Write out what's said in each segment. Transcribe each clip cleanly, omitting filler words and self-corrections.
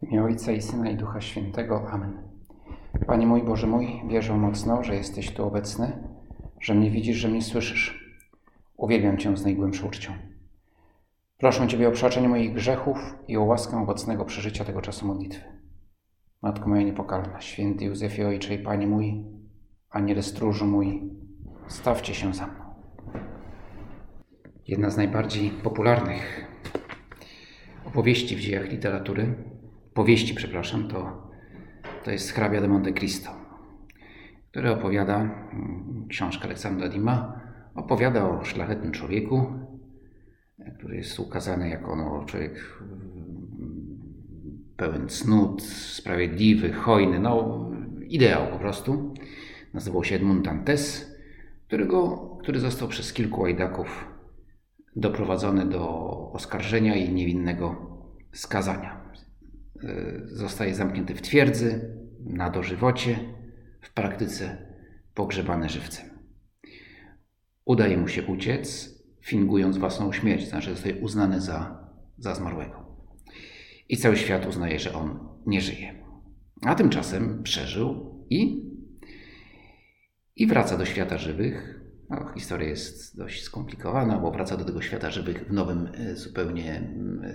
W imię Ojca i Syna i Ducha Świętego. Amen. Panie mój, Boże mój, wierzę mocno, że jesteś tu obecny, że mnie widzisz, że mnie słyszysz. Uwielbiam Cię z najgłębszą uczcią. Proszę Ciebie o przebaczenie moich grzechów i o łaskę owocnego przeżycia tego czasu modlitwy. Matko moja niepokalna, święty Józefie, Ojcze i Panie mój, Aniele stróżu mój, stawcie się za mną. Jedna z najbardziej popularnych powieści w dziejach literatury, to jest Hrabia de Monte Cristo, który opowiada, książka Aleksandra Dumas, opowiada o szlachetnym człowieku, który jest ukazany jako człowiek pełen cnót, sprawiedliwy, hojny, ideał po prostu. Nazywał się Edmond Dantes, który został przez kilku łajdaków doprowadzony do oskarżenia i niewinnego skazania. Zostaje zamknięty w twierdzy, na dożywocie, w praktyce pogrzebany żywcem. Udaje mu się uciec, fingując własną śmierć, znaczy zostaje uznany za zmarłego. I cały świat uznaje, że on nie żyje. A tymczasem przeżył i wraca do świata żywych. Historia jest dość skomplikowana, bo wraca do tego świata żywych w nowym, zupełnie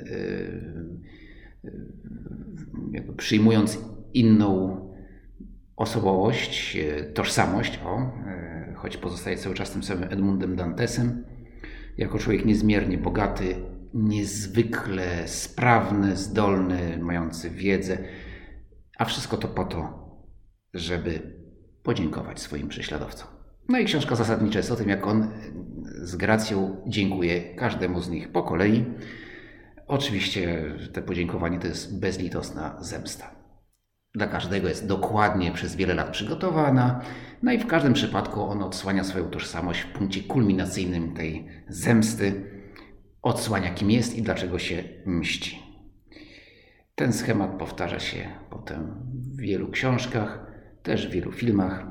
przyjmując inną osobowość, tożsamość, choć pozostaje cały czas tym samym Edmundem Dantesem, jako człowiek niezmiernie bogaty, niezwykle sprawny, zdolny, mający wiedzę, a wszystko to po to, żeby podziękować swoim prześladowcom. No i książka zasadnicza jest o tym, jak on z gracją dziękuję każdemu z nich po kolei. Oczywiście to podziękowanie to jest bezlitosna zemsta. Dla każdego jest dokładnie przez wiele lat przygotowana, no i w każdym przypadku on odsłania swoją tożsamość w punkcie kulminacyjnym tej zemsty, odsłania kim jest i dlaczego się mści. Ten schemat powtarza się potem w wielu książkach, też w wielu filmach,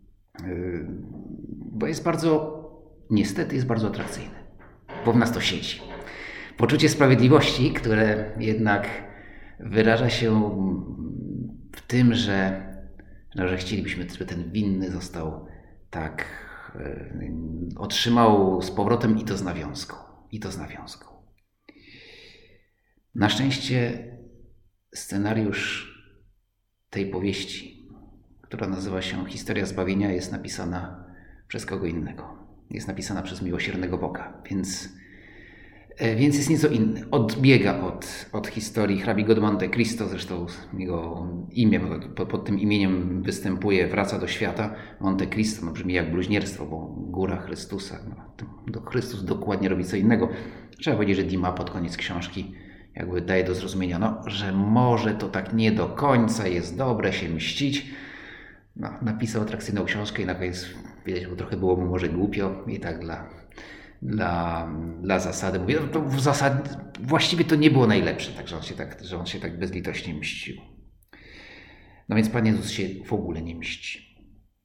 bo niestety jest bardzo atrakcyjny, bo w nas to siedzi. Poczucie sprawiedliwości, które jednak wyraża się w tym, że chcielibyśmy, żeby ten winny został otrzymał z powrotem i to z nawiązką. Na szczęście scenariusz tej powieści, która nazywa się Historia zbawienia, jest napisana przez kogo innego. Jest napisana przez miłosiernego Boga, więc jest nieco inny. Odbiega od historii hrabiego de Monte Cristo, zresztą jego imię, pod tym imieniem występuje, wraca do świata. Monte Cristo brzmi jak bluźnierstwo, bo góra Chrystusa. Chrystus dokładnie robi co innego. Trzeba powiedzieć, że Dumas pod koniec książki jakby daje do zrozumienia, że może to tak nie do końca jest dobre się mścić. Napisał atrakcyjną książkę i na koniec widać, bo trochę było mu może głupio i tak dla zasady. Mówię, to w zasadzie właściwie to nie było najlepsze, że on się tak bezlitośnie mścił. No więc Pan Jezus się w ogóle nie mści.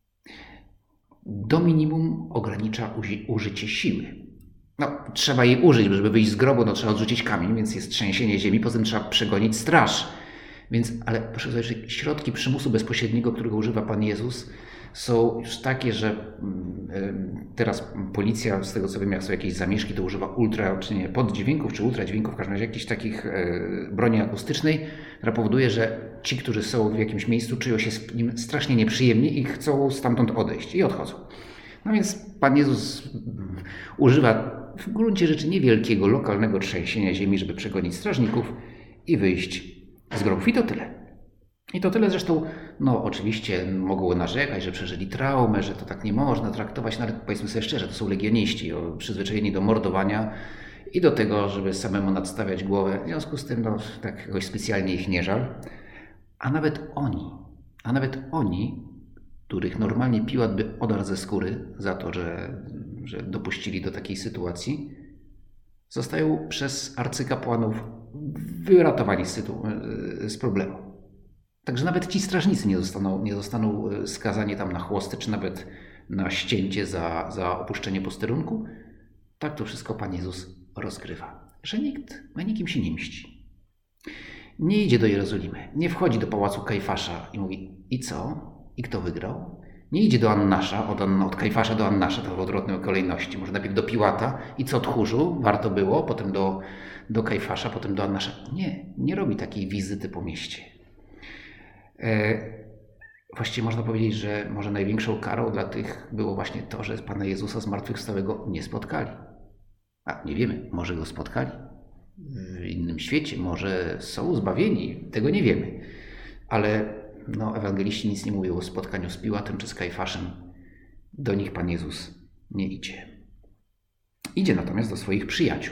Do minimum ogranicza użycie siły. Trzeba jej użyć, żeby wyjść z grobu, trzeba odrzucić kamień, więc jest trzęsienie ziemi, potem trzeba przegonić straż. Ale proszę powiedzieć, że środki przymusu bezpośredniego, którego używa Pan Jezus, są już takie, że teraz policja, z tego co wiem, jak są jakieś zamieszki, to używa poddźwięków czy ultradźwięków, w każdym razie jakiejś takich broni akustycznej, która powoduje, że ci, którzy są w jakimś miejscu, czują się z nim strasznie nieprzyjemnie i chcą stamtąd odejść i odchodzą. No więc Pan Jezus używa w gruncie rzeczy niewielkiego, lokalnego trzęsienia ziemi, żeby przegonić strażników i wyjść z grobów. I to tyle zresztą, oczywiście mogą narzekać, że przeżyli traumę, że to tak nie można traktować, ale powiedzmy sobie szczerze, to są legioniści, przyzwyczajeni do mordowania i do tego, żeby samemu nadstawiać głowę. W związku z tym, tak jakoś specjalnie ich nie żal. A nawet oni, których normalnie Piłat by odarł ze skóry za to, że dopuścili do takiej sytuacji, zostają przez arcykapłanów wyratowani z problemu. Także nawet ci strażnicy nie zostaną skazani tam na chłosty, czy nawet na ścięcie za opuszczenie posterunku. Tak to wszystko Pan Jezus rozgrywa, że nikt na nikim się nie mści. Nie idzie do Jerozolimy, nie wchodzi do pałacu Kajfasza i mówi: i co? I kto wygrał? Nie idzie do Annasza, od Kajfasza do Annasza, to w odwrotnej kolejności. Może najpierw do Piłata i co, tchórzu? Warto było, potem do Kajfasza, potem do Annasza. Nie robi takiej wizyty po mieście. Właściwie można powiedzieć, że może największą karą dla tych było właśnie to, że Pana Jezusa zmartwychwstałego nie spotkali. A nie wiemy, może Go spotkali w innym świecie, może są zbawieni, tego nie wiemy. Ale ewangeliści nic nie mówią o spotkaniu z Piłatem czy z Kajfaszem. Do nich Pan Jezus nie idzie. Idzie natomiast do swoich przyjaciół.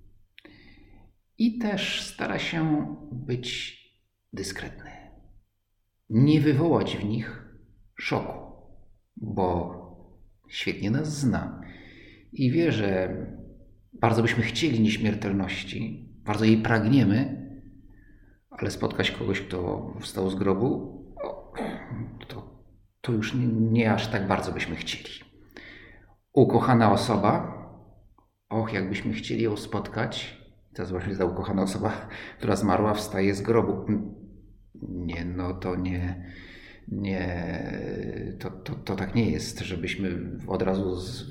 I też stara się być dyskretny. Nie wywołać w nich szoku, bo świetnie nas zna i wie, że bardzo byśmy chcieli nieśmiertelności, bardzo jej pragniemy, ale spotkać kogoś, kto wstał z grobu, to już nie aż tak bardzo byśmy chcieli. Ukochana osoba, jakbyśmy chcieli ją spotkać, teraz właśnie ta ukochana osoba, która zmarła, wstaje z grobu. To tak nie jest, żebyśmy od razu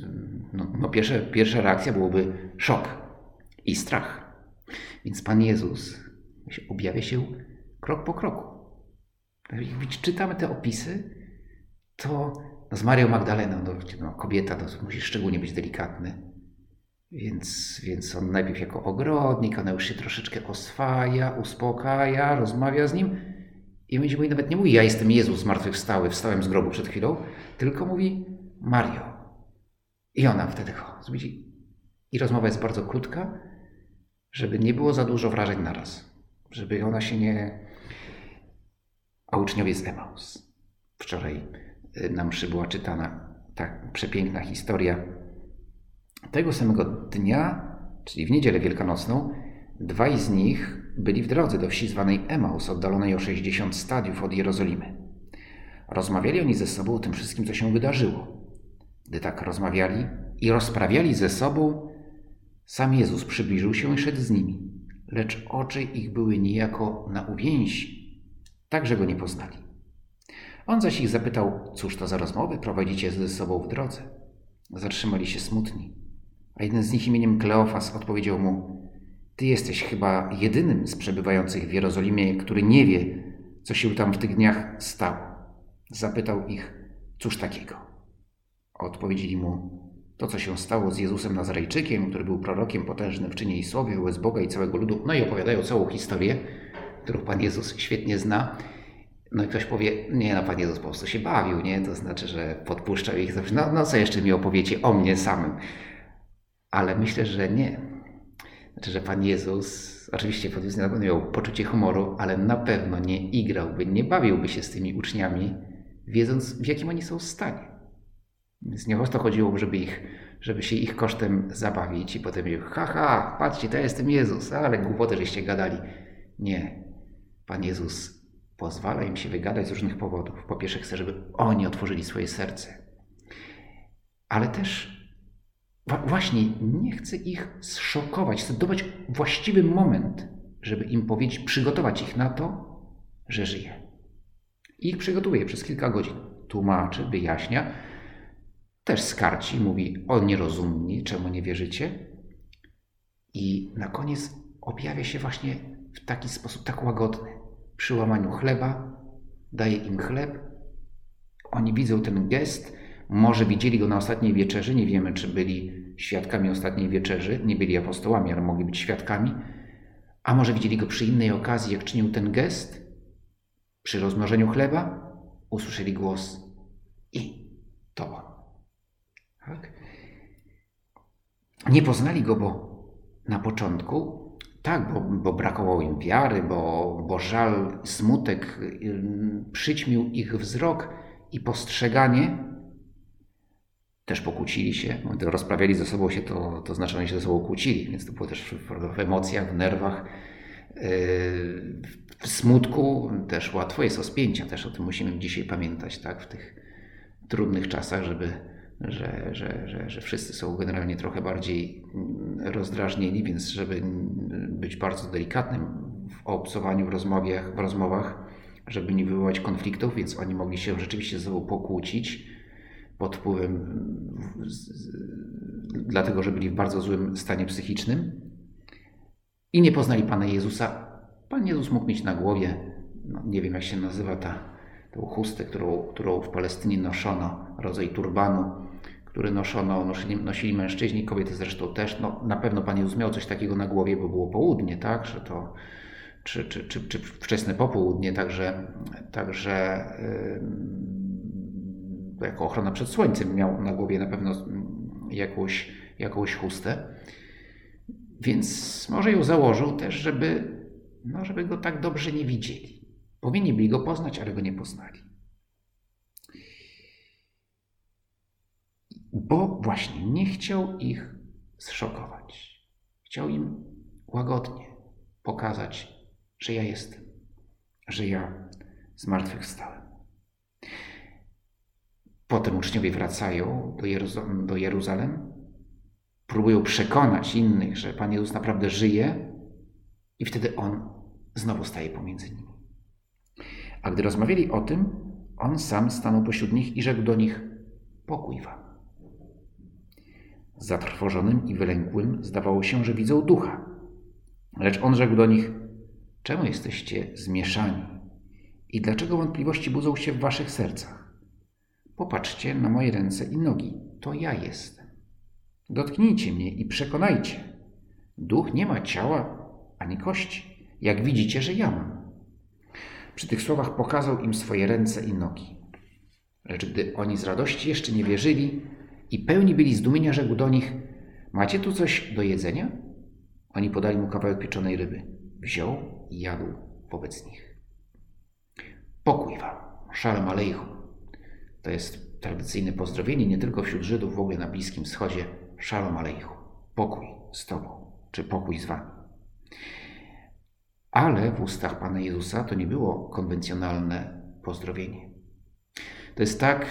pierwsza reakcja byłoby szok i strach. Więc Pan Jezus objawia się krok po kroku. Jak czytamy te opisy, to z Marią Magdaleną, kobieta, musi szczególnie być delikatny. Więc on najpierw jako ogrodnik, ona już się troszeczkę oswaja, uspokaja, rozmawia z nim i nawet nie mówi: ja jestem Jezus zmartwychwstały, wstałem z grobu przed chwilą, tylko mówi: Mario. I ona wtedy widzi. I rozmowa jest bardzo krótka, żeby nie było za dużo wrażeń naraz. Żeby ona się nie... A uczniowie z Emaus. Wczoraj na mszy była czytana ta przepiękna historia. Tego samego dnia, czyli w niedzielę wielkanocną, 2 z nich byli w drodze do wsi zwanej Emaus, oddalonej o 60 stadiów od Jerozolimy. Rozmawiali oni ze sobą o tym wszystkim, co się wydarzyło. Gdy tak rozmawiali i rozprawiali ze sobą, sam Jezus przybliżył się i szedł z nimi, lecz oczy ich były niejako na uwięzi, tak że go nie poznali. On zaś ich zapytał: cóż to za rozmowy prowadzicie ze sobą w drodze? Zatrzymali się smutni, a jeden z nich imieniem Kleofas odpowiedział mu: ty jesteś chyba jedynym z przebywających w Jerozolimie, który nie wie, co się tam w tych dniach stało. Zapytał ich: cóż takiego? Odpowiedzieli mu: to, co się stało z Jezusem Nazarejczykiem, który był prorokiem potężnym w czynie i słowie wobec Boga i całego ludu. I opowiadają całą historię, którą Pan Jezus świetnie zna. I ktoś powie: nie, Pan Jezus po prostu się bawił, nie? To znaczy, że podpuszczał ich. Co jeszcze mi opowiecie o mnie samym? Ale myślę, że nie. Znaczy, że Pan Jezus, oczywiście Pan Jezus na pewno miał poczucie humoru, ale na pewno nie igrałby, nie bawiłby się z tymi uczniami, wiedząc, w jakim oni są stanie. Więc nie o to chodziło, żeby się ich kosztem zabawić i potem patrzcie, to ja jestem Jezus, ale głupoty żeście gadali. Nie. Pan Jezus pozwala im się wygadać z różnych powodów. Po pierwsze chce, żeby oni otworzyli swoje serce. Ale też właśnie nie chce ich zszokować, chce dobrać właściwy moment, żeby im powiedzieć, przygotować ich na to, że żyje. I ich przygotowuje przez kilka godzin. Tłumaczy, wyjaśnia, też skarci, mówi: o nierozumni, czemu nie wierzycie? I na koniec objawia się właśnie w taki sposób tak łagodny. Przy łamaniu chleba daje im chleb. Oni widzą ten gest. Może widzieli go na ostatniej wieczerzy. Nie wiemy, czy byli świadkami ostatniej wieczerzy. Nie byli apostołami, ale mogli być świadkami. A może widzieli go przy innej okazji, jak czynił ten gest. Przy rozmnożeniu chleba usłyszeli głos: i to on. Tak? Nie poznali go, bo na początku, bo brakowało im wiary, bo żal, smutek przyćmił ich wzrok i postrzeganie. Też pokłócili się, rozprawiali ze sobą się, to znaczy, że oni się ze sobą kłócili, więc to było też w emocjach, w nerwach, w smutku też łatwo jest o spięcia, też o tym musimy dzisiaj pamiętać, tak, w tych trudnych czasach, że wszyscy są generalnie trochę bardziej rozdrażnieni, więc żeby być bardzo delikatnym w obcowaniu, w rozmowach, żeby nie wywołać konfliktów, więc oni mogli się rzeczywiście ze sobą pokłócić pod wpływem, dlatego że byli w bardzo złym stanie psychicznym i nie poznali Pana Jezusa. Pan Jezus mógł mieć na głowie, nie wiem jak się nazywa tą chustę, którą w Palestynie noszono, rodzaj turbanu, który nosili mężczyźni, kobiety zresztą też. Na pewno Pan Jezus miał coś takiego na głowie, bo było południe, tak? Że to, czy wczesne popołudnie, także jako ochrona przed słońcem miał na głowie na pewno jakąś chustę. Więc może ją założył też, żeby go tak dobrze nie widzieli. Powinni byli go poznać, ale go nie poznali. Bo właśnie nie chciał ich zszokować. Chciał im łagodnie pokazać, że ja jestem, że ja zmartwychwstałem. Potem uczniowie wracają do Jeruzalem, próbują przekonać innych, że Pan Jezus naprawdę żyje i wtedy On znowu staje pomiędzy nimi. A gdy rozmawiali o tym, On sam stanął pośród nich i rzekł do nich: pokój wam. Zatrwożonym i wylękłym zdawało się, że widzą ducha. Lecz On rzekł do nich: czemu jesteście zmieszani i dlaczego wątpliwości budzą się w waszych sercach? Popatrzcie na moje ręce i nogi, to ja jestem. Dotknijcie mnie i przekonajcie. Duch nie ma ciała ani kości, jak widzicie, że ja mam. Przy tych słowach pokazał im swoje ręce i nogi. Lecz gdy oni z radości jeszcze nie wierzyli i pełni byli zdumienia, rzekł do nich: macie tu coś do jedzenia? Oni podali mu kawałek pieczonej ryby. Wziął i jadł wobec nich. Pokój wam, Szalom Alejchum. To jest tradycyjne pozdrowienie nie tylko wśród Żydów, w ogóle na Bliskim Wschodzie. Szalom Alejchum. Pokój z tobą, czy pokój z wami. Ale w ustach Pana Jezusa to nie było konwencjonalne pozdrowienie. To jest tak,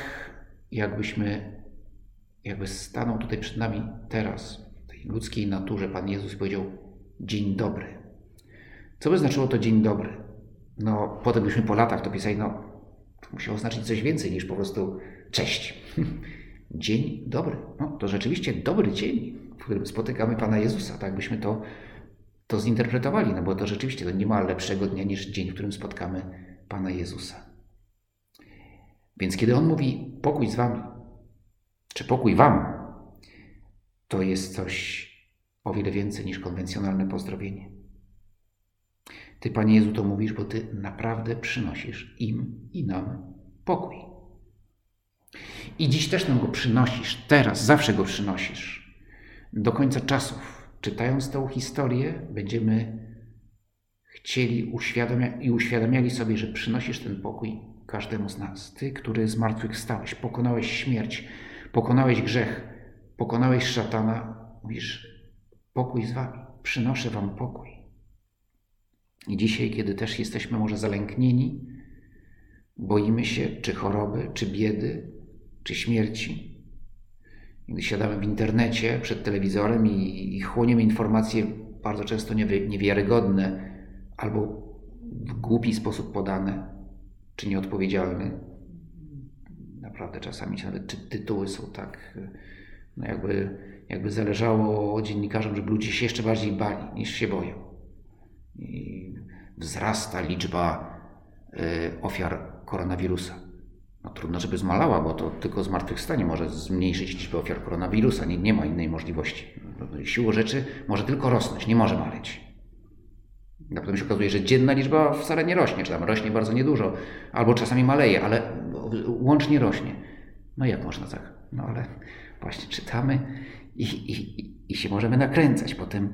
jakby stanął tutaj przed nami teraz, w tej ludzkiej naturze, Pan Jezus powiedział: dzień dobry. Co by znaczyło to dzień dobry? Potem byśmy po latach to pisali, to musiało znaczyć coś więcej niż po prostu cześć. Dzień dobry. To rzeczywiście dobry dzień, w którym spotykamy Pana Jezusa. Tak byśmy to zinterpretowali, bo to rzeczywiście to nie ma lepszego dnia niż dzień, w którym spotkamy Pana Jezusa. Więc kiedy On mówi pokój z wami, czy pokój wam, to jest coś o wiele więcej niż konwencjonalne pozdrowienie. Ty, Panie Jezu, to mówisz, bo Ty naprawdę przynosisz im i nam pokój. I dziś też nam go przynosisz, teraz, zawsze go przynosisz. Do końca czasów, czytając tę historię, będziemy chcieli uświadamiali sobie, że przynosisz ten pokój każdemu z nas. Ty, który zmartwychwstałeś, pokonałeś śmierć, pokonałeś grzech, pokonałeś szatana, mówisz: pokój z wami, przynoszę wam pokój. I dzisiaj, kiedy też jesteśmy może zalęknieni, boimy się czy choroby, czy biedy, czy śmierci, gdy siadamy w internecie przed telewizorem i chłoniemy informacje bardzo często niewiarygodne albo w głupi sposób podane, czy nieodpowiedzialny. Naprawdę czasami nawet tytuły są tak, jakby zależało dziennikarzom, żeby ludzie się jeszcze bardziej bali niż się boją. I wzrasta liczba ofiar koronawirusa. Trudno, żeby zmalała, bo to tylko zmartwychwstanie może zmniejszyć liczbę ofiar koronawirusa. Nie ma innej możliwości. Siłą rzeczy może tylko rosnąć, nie może maleć. A potem się okazuje, że dzienna liczba wcale nie rośnie, czy tam rośnie bardzo niedużo, albo czasami maleje, ale łącznie rośnie. Jak można tak? Ale właśnie czytamy i się możemy nakręcać. Potem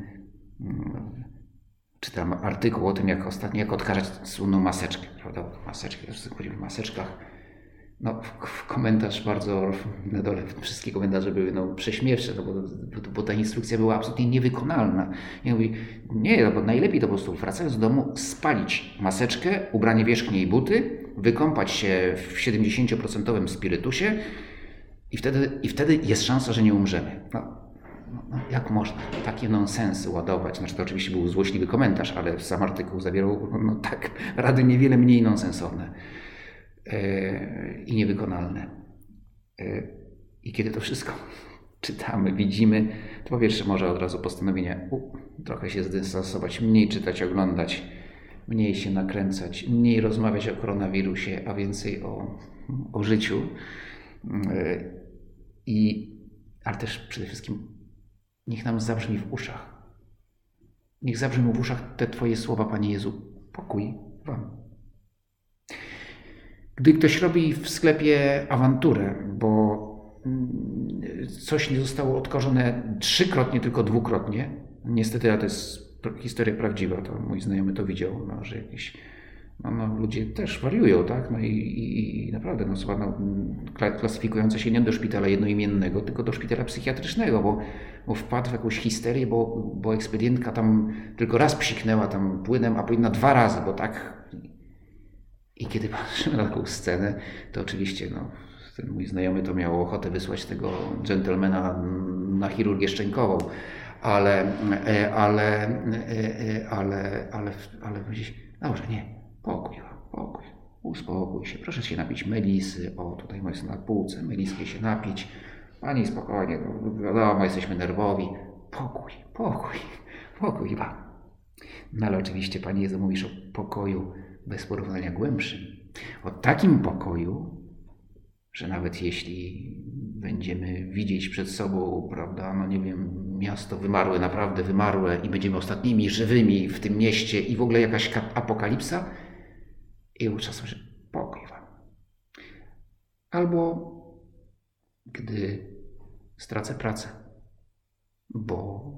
czytam artykuł o tym, jak odkażać słynną maseczkę, prawda? Maseczkę, wszyscy chodzimy w maseczkach. Komentarz bardzo na dole, wszystkie komentarze były prześmiewcze, bo ta instrukcja była absolutnie niewykonalna. Ja mówię, bo najlepiej to po prostu wracając do domu spalić maseczkę, ubranie wierzchnie i buty, wykąpać się w 70% spirytusie i wtedy jest szansa, że nie umrzemy. jak można takie nonsensy ładować? Znaczy to oczywiście był złośliwy komentarz, ale sam artykuł zawierał tak rady niewiele mniej nonsensowne i niewykonalne. I kiedy to wszystko czytamy, widzimy, to po pierwsze może od razu postanowienie trochę się zdystansować, mniej czytać, oglądać, mniej się nakręcać, mniej rozmawiać o koronawirusie, a więcej o życiu. Ale też przede wszystkim niech nam zabrzmi w uszach. Niech zabrzmią w uszach te Twoje słowa, Panie Jezu. Pokój Wam. Gdy ktoś robi w sklepie awanturę, bo coś nie zostało odkorzone 3-krotnie, tylko 2-krotnie. Niestety, a to jest historia prawdziwa, to mój znajomy to widział, że jakieś ludzie też wariują, tak? I naprawdę osoba klasyfikująca się nie do szpitala jednoimiennego, tylko do szpitala psychiatrycznego, bo wpadł w jakąś histerię, bo ekspedientka tam tylko raz psiknęła tam płynem, a powinna 2 razy, bo tak. I kiedy patrzymy na taką scenę, to oczywiście ten mój znajomy to miał ochotę wysłać tego dżentelmena na chirurgię szczękową, ale powiedzieć, dobrze, nie, pokój, uspokój się, proszę się napić melisy, tutaj jest na półce, meliskę się napić, Pani spokojnie, wiadomo, jesteśmy nerwowi, pokój Wam. No ale oczywiście, Panie Jezu, mówisz o pokoju bez porównania głębszym, o takim pokoju, że nawet jeśli będziemy widzieć przed sobą, prawda, miasto wymarłe, naprawdę wymarłe i będziemy ostatnimi żywymi w tym mieście i w ogóle jakaś apokalipsa, i czasem, że pokój Wam. Albo gdy stracę pracę, bo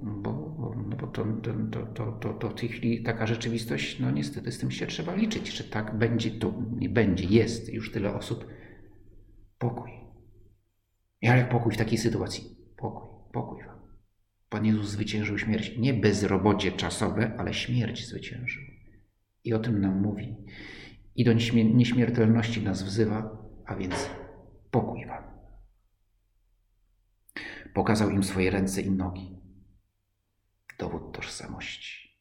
to w tej chwili taka rzeczywistość, niestety z tym się trzeba liczyć, że tak będzie, to nie będzie, jest już tyle osób. Pokój. Jak pokój w takiej sytuacji? Pokój Wam. Pan Jezus zwyciężył śmierć. Nie bezrobocie czasowe, ale śmierć zwyciężył. I o tym nam mówi. I do nieśmiertelności nas wzywa, a więc pokój Wam. Pokazał im swoje ręce i nogi. Dowód tożsamości.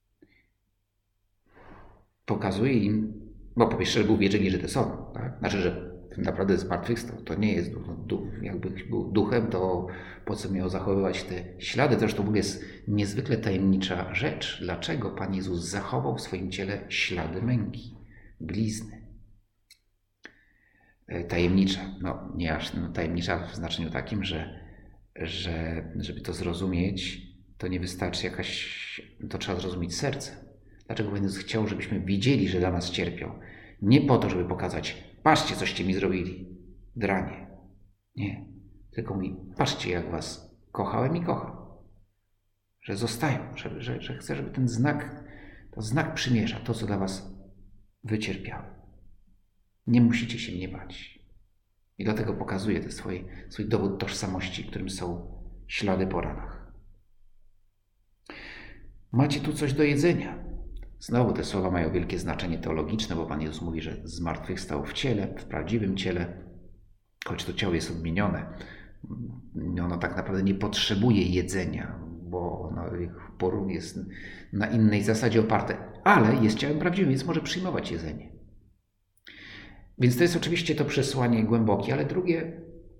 Pokazuje im, bo po pierwsze, żeby uwierzyli, że to są, tak? Znaczy, że naprawdę zmartwychwstał. To nie jest jakby był duchem, to po co miał zachowywać te ślady? Zresztą to jest niezwykle tajemnicza rzecz. Dlaczego Pan Jezus zachował w swoim ciele ślady męki, blizny? Tajemnicza. Nie aż tajemnicza w znaczeniu takim, że żeby to zrozumieć, to nie wystarczy to trzeba zrozumieć serce. Dlaczego Pan Jezus chciał, żebyśmy widzieli, że dla nas cierpią? Nie po to, żeby pokazać, patrzcie, coście mi zrobili, dranie. Nie, tylko mówi, patrzcie, jak was kochałem i kocham. Że zostają, że chcę, żeby ten znak przymierza, to, co dla was wycierpiałem. Nie musicie się mnie bać. I dlatego pokazuje ten swój dowód tożsamości, którym są ślady po ranach. Macie tu coś do jedzenia. Znowu te słowa mają wielkie znaczenie teologiczne, bo Pan Jezus mówi, że zmartwychwstał w ciele, w prawdziwym ciele, choć to ciało jest odmienione. Ono tak naprawdę nie potrzebuje jedzenia, bo poród jest na innej zasadzie oparte, ale jest ciałem prawdziwym, więc może przyjmować jedzenie. Więc to jest oczywiście to przesłanie głębokie, ale drugie,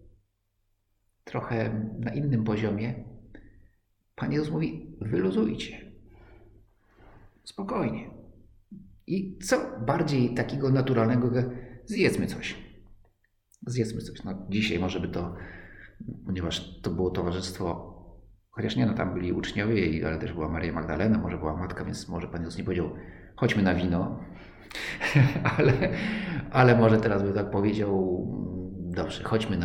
trochę na innym poziomie, Pan Jezus mówi, wyluzujcie. Spokojnie. I co bardziej takiego naturalnego, zjedzmy coś. Dzisiaj może by to, ponieważ to było towarzystwo, chociaż nie, tam byli uczniowie, ale też była Maria Magdalena, może była matka, więc może Pan Jezus nie powiedział, chodźmy na wino, ale może teraz by tak powiedział, dobrze, chodźmy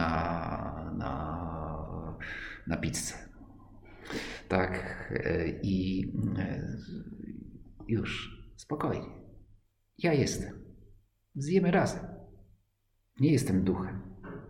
na pizzę. Tak, i już, spokojnie. Ja jestem. Zjemy razem. Nie jestem duchem.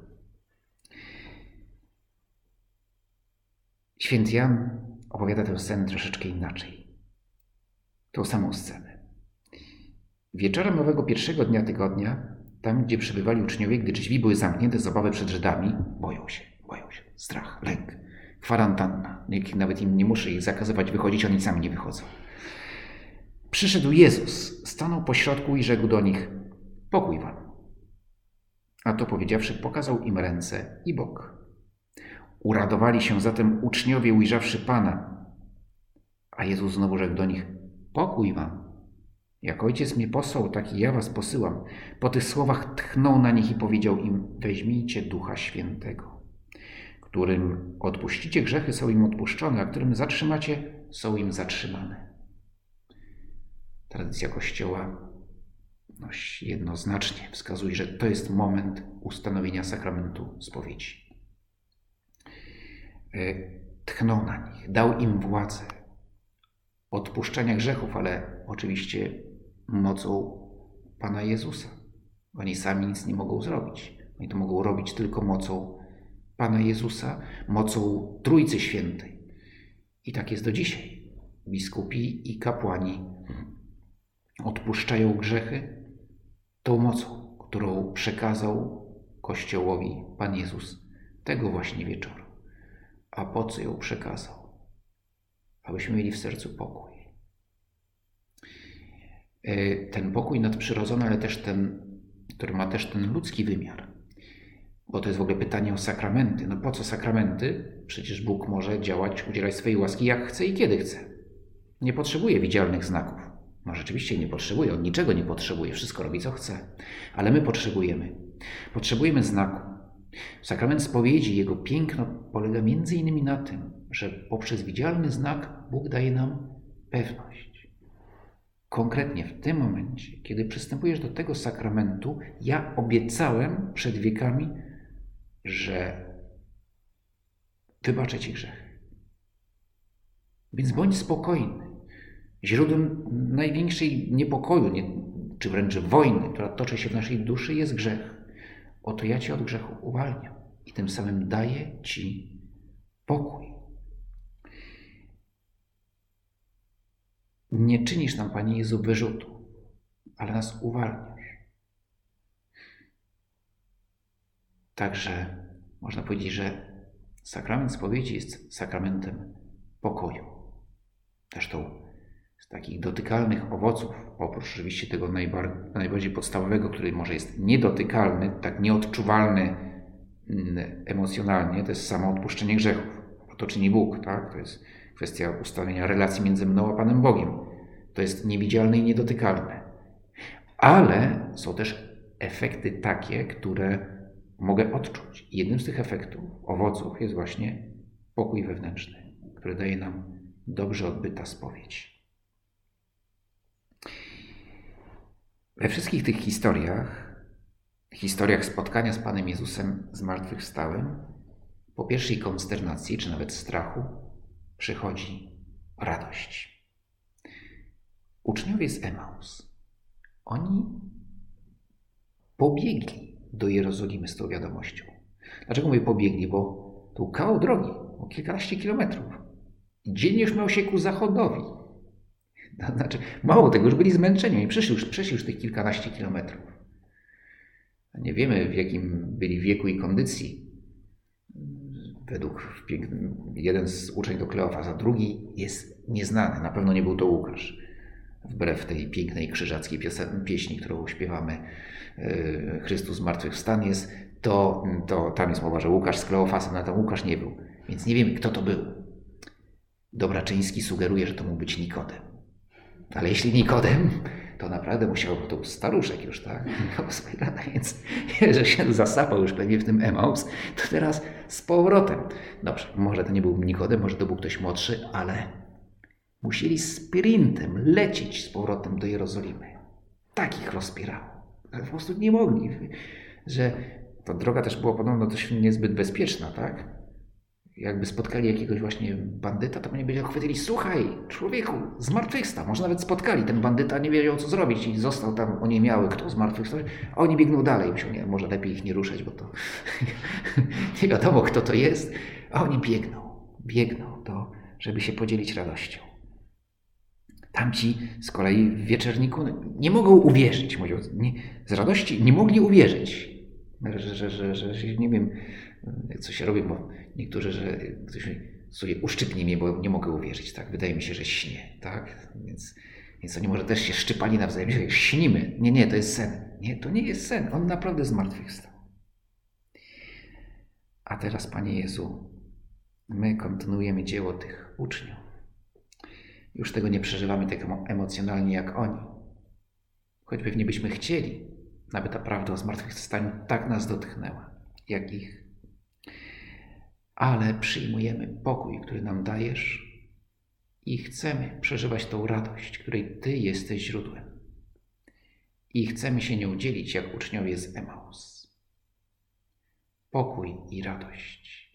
Święty Jan opowiada tę scenę troszeczkę inaczej. Tą samą scenę. Wieczorem owego pierwszego dnia tygodnia, tam gdzie przebywali uczniowie, gdy drzwi były zamknięte z obawy przed Żydami, boją się. Strach, lęk. Kwarantanna. Nawet im nie muszę ich zakazywać wychodzić, oni sami nie wychodzą. Przyszedł Jezus, stanął pośrodku i rzekł do nich: pokój wam. A to powiedziawszy, pokazał im ręce i bok. Uradowali się zatem uczniowie, ujrzawszy Pana. A Jezus znowu rzekł do nich: pokój wam. Jak Ojciec mnie posłał, tak i ja was posyłam. Po tych słowach tchnął na nich i powiedział im: weźmijcie Ducha Świętego. Którym odpuścicie grzechy, są im odpuszczone, a którym zatrzymacie, są im zatrzymane. Tradycja Kościoła jednoznacznie wskazuje, że to jest moment ustanowienia sakramentu spowiedzi. Tchnął na nich, dał im władzę odpuszczania grzechów, ale oczywiście mocą Pana Jezusa. Oni sami nic nie mogą zrobić. Oni to mogą robić tylko mocą Pana Jezusa, mocą Trójcy Świętej. I tak jest do dzisiaj. Biskupi i kapłani odpuszczają grzechy tą mocą, którą przekazał Kościołowi Pan Jezus tego właśnie wieczoru. A po co ją przekazał? Abyśmy mieli w sercu pokój. Ten pokój nadprzyrodzony, ale też ten, który ma też ten ludzki wymiar. Bo to jest w ogóle pytanie o sakramenty. No po co sakramenty? Przecież Bóg może działać, udzielać swojej łaski jak chce i kiedy chce. Nie potrzebuje widzialnych znaków. No rzeczywiście nie potrzebuje, on niczego nie potrzebuje, wszystko robi co chce. Ale my potrzebujemy. Potrzebujemy znaku. Sakrament spowiedzi, jego piękno polega między innymi na tym, że poprzez widzialny znak Bóg daje nam pewność. Konkretnie w tym momencie, kiedy przystępujesz do tego sakramentu, ja obiecałem przed wiekami, że wybaczę ci grzechy. Więc bądź spokojny. Źródłem największej niepokoju, czy wręcz wojny, która toczy się w naszej duszy, jest grzech. Oto ja cię od grzechu uwalniam i tym samym daję ci pokój. Nie czynisz nam, Panie Jezu, wyrzutu, ale nas uwalniasz. Także można powiedzieć, że sakrament spowiedzi jest sakramentem pokoju. Zresztą z takich dotykalnych owoców, oprócz oczywiście tego najbardziej podstawowego, który może jest niedotykalny, tak nieodczuwalny emocjonalnie, to jest samo odpuszczenie grzechów. Bo to czyni Bóg, tak? To jest kwestia ustawienia relacji między mną a Panem Bogiem. To jest niewidzialne i niedotykalne. Ale są też efekty takie, które mogę odczuć. I jednym z tych efektów, owoców, jest właśnie pokój wewnętrzny, który daje nam dobrze odbyta spowiedź. We wszystkich tych historiach spotkania z Panem Jezusem zmartwychwstałym, po pierwszej konsternacji, czy nawet strachu, przychodzi radość. Uczniowie z Emaus, oni pobiegli do Jerozolimy z tą wiadomością. Dlaczego mówię pobiegli? Bo to kawał drogi, o kilkanaście kilometrów. Dzień już miał się ku zachodowi. To znaczy, mało tego, już byli zmęczeni i przeszli już tych kilkanaście kilometrów. Nie wiemy, w jakim byli wieku i kondycji. Według jeden z uczeń to Kleofas, a drugi jest nieznany. Na pewno nie był to Łukasz. Wbrew tej pięknej krzyżackiej pieśni, którą śpiewamy, Chrystus zmartwychwstany jest, to tam jest mowa, że Łukasz z Kleofasem, a tam Łukasz nie był. Więc nie wiemy, kto to był. Dobraczyński sugeruje, że to mógł być Nikodem. Ale jeśli Nikodem, to naprawdę musiał być to staruszek już, tak? Miał swoje lata, więc że się zasapał już pewnie w tym Emaus, to teraz z powrotem. Dobrze, może to nie był Nikodem, może to był ktoś młodszy, ale musieli sprintem lecieć z powrotem do Jerozolimy. Tak ich rozpierało. Ale po prostu nie mogli. Że ta droga też była podobno dość niezbyt bezpieczna, tak? Jakby spotkali jakiegoś właśnie bandyta, to by nie wiedział, chwytili: słuchaj, człowieku, zmartwychwstał. Może nawet spotkali. Ten bandyta nie wiedział, co zrobić i został tam oniemiały, kto zmartwychwstał, a oni biegną dalej. Myślą, nie, może lepiej ich nie ruszać, bo to nie wiadomo, kto to jest. A oni biegną, żeby się podzielić radością. Tamci z kolei w wieczerniku nie mogą uwierzyć. Z radości nie mogli uwierzyć. że nie wiem, co się robi, bo niektórzy, że ktoś sobie uszczypnie mnie, bo nie mogę uwierzyć, tak? Wydaje mi się, że śnie, tak? Więc oni może też się szczypali nawzajem, że śnimy. Nie, to jest sen. Nie, to nie jest sen. On naprawdę zmartwychwstał. A teraz, Panie Jezu, my kontynuujemy dzieło tych uczniów. Już tego nie przeżywamy tak emocjonalnie jak oni. Choć pewnie byśmy chcieli, aby ta prawda o zmartwychwstaniu tak nas dotknęła, jak ich. Ale przyjmujemy pokój, który nam dajesz i chcemy przeżywać tą radość, której Ty jesteś źródłem. I chcemy się nią dzielić jak uczniowie z Emaus. Pokój i radość.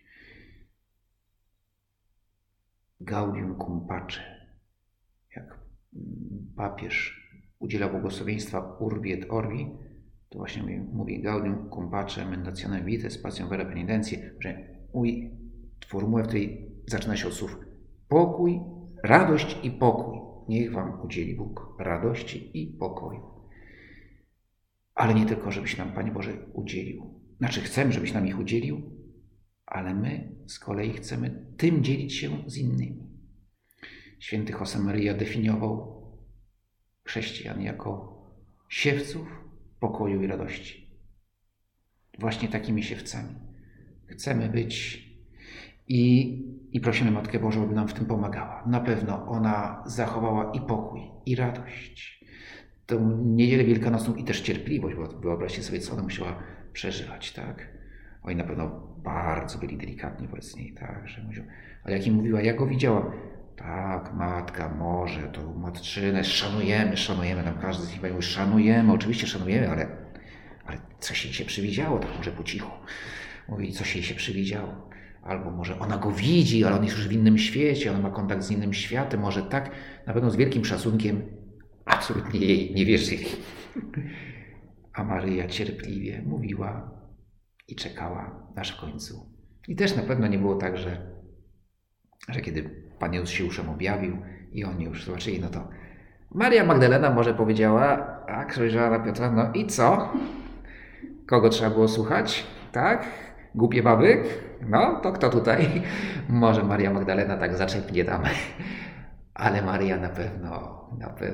Gaudium cum pace. Jak papież udziela błogosławieństwa Urbi et Orbi, to właśnie mówi Gaudium cum pace, mendationem vitae, spatium vera penitentie, że mówi formułę, w której zaczyna się od słów pokój, radość i pokój. Niech wam udzieli Bóg radości i pokoju. Ale nie tylko, żebyś nam, Panie Boże, udzielił. Znaczy chcemy, żebyś nam ich udzielił, ale my z kolei chcemy tym dzielić się z innymi. Święty Josemaria definiował chrześcijan jako siewców pokoju i radości. Właśnie takimi siewcami chcemy być i prosimy Matkę Bożą, aby nam w tym pomagała. Na pewno ona zachowała i pokój, i radość. Tę niedzielę wielkanocną i też cierpliwość, bo wyobraźcie sobie, co ona musiała przeżywać, tak? Oni na pewno bardzo byli delikatni wobec niej, tak? Że mówią, ale jak im mówiła, ja go widziałam. Tak, matka, może, to matczynę, szanujemy, tam każdy z nich mówi, szanujemy, oczywiście szanujemy, ale coś jej się przywidziało, tak może po cichu. Mówi, coś jej się przywidziało. Albo może ona go widzi, ale on jest już w innym świecie, on ma kontakt z innym światem, może tak, na pewno z wielkim szacunkiem absolutnie jej nie wierzyli. A Maryja cierpliwie mówiła i czekała, aż w końcu. I też na pewno nie było tak, że kiedy Pan Jezus się uszem objawił i oni już zobaczyli, no to Maria Magdalena może powiedziała, a spojrzała na Piotra, no i co? Kogo trzeba było słuchać? Tak? Głupie baby? No, to kto tutaj? Może Maria Magdalena tak zaczepnie tam. Ale Maria na pewno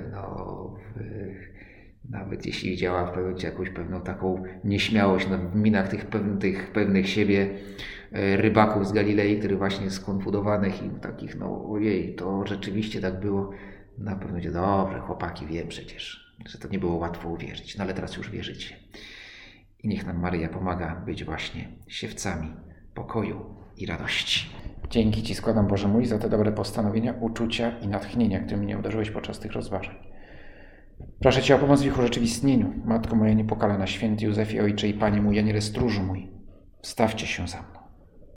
nawet jeśli widziała jakąś pewną taką nieśmiałość w minach tych pewnych siebie rybaków z Galilei, których właśnie skonfudowanych i takich, no ojej, to rzeczywiście tak było. Na pewno będzie, dobrze, chłopaki, wiem przecież, że to nie było łatwo uwierzyć, no ale teraz już wierzycie. I niech nam Maryja pomaga być właśnie siewcami pokoju i radości. Dzięki Ci składam, Boże mój, za te dobre postanowienia, uczucia i natchnienia, którymi mnie obdarzyłeś podczas tych rozważań. Proszę Cię o pomoc w ich urzeczywistnieniu. Matko moja niepokalana, święty Józefie, Ojcze i Panie mój, aniele stróżu mój, wstawcie się za mną.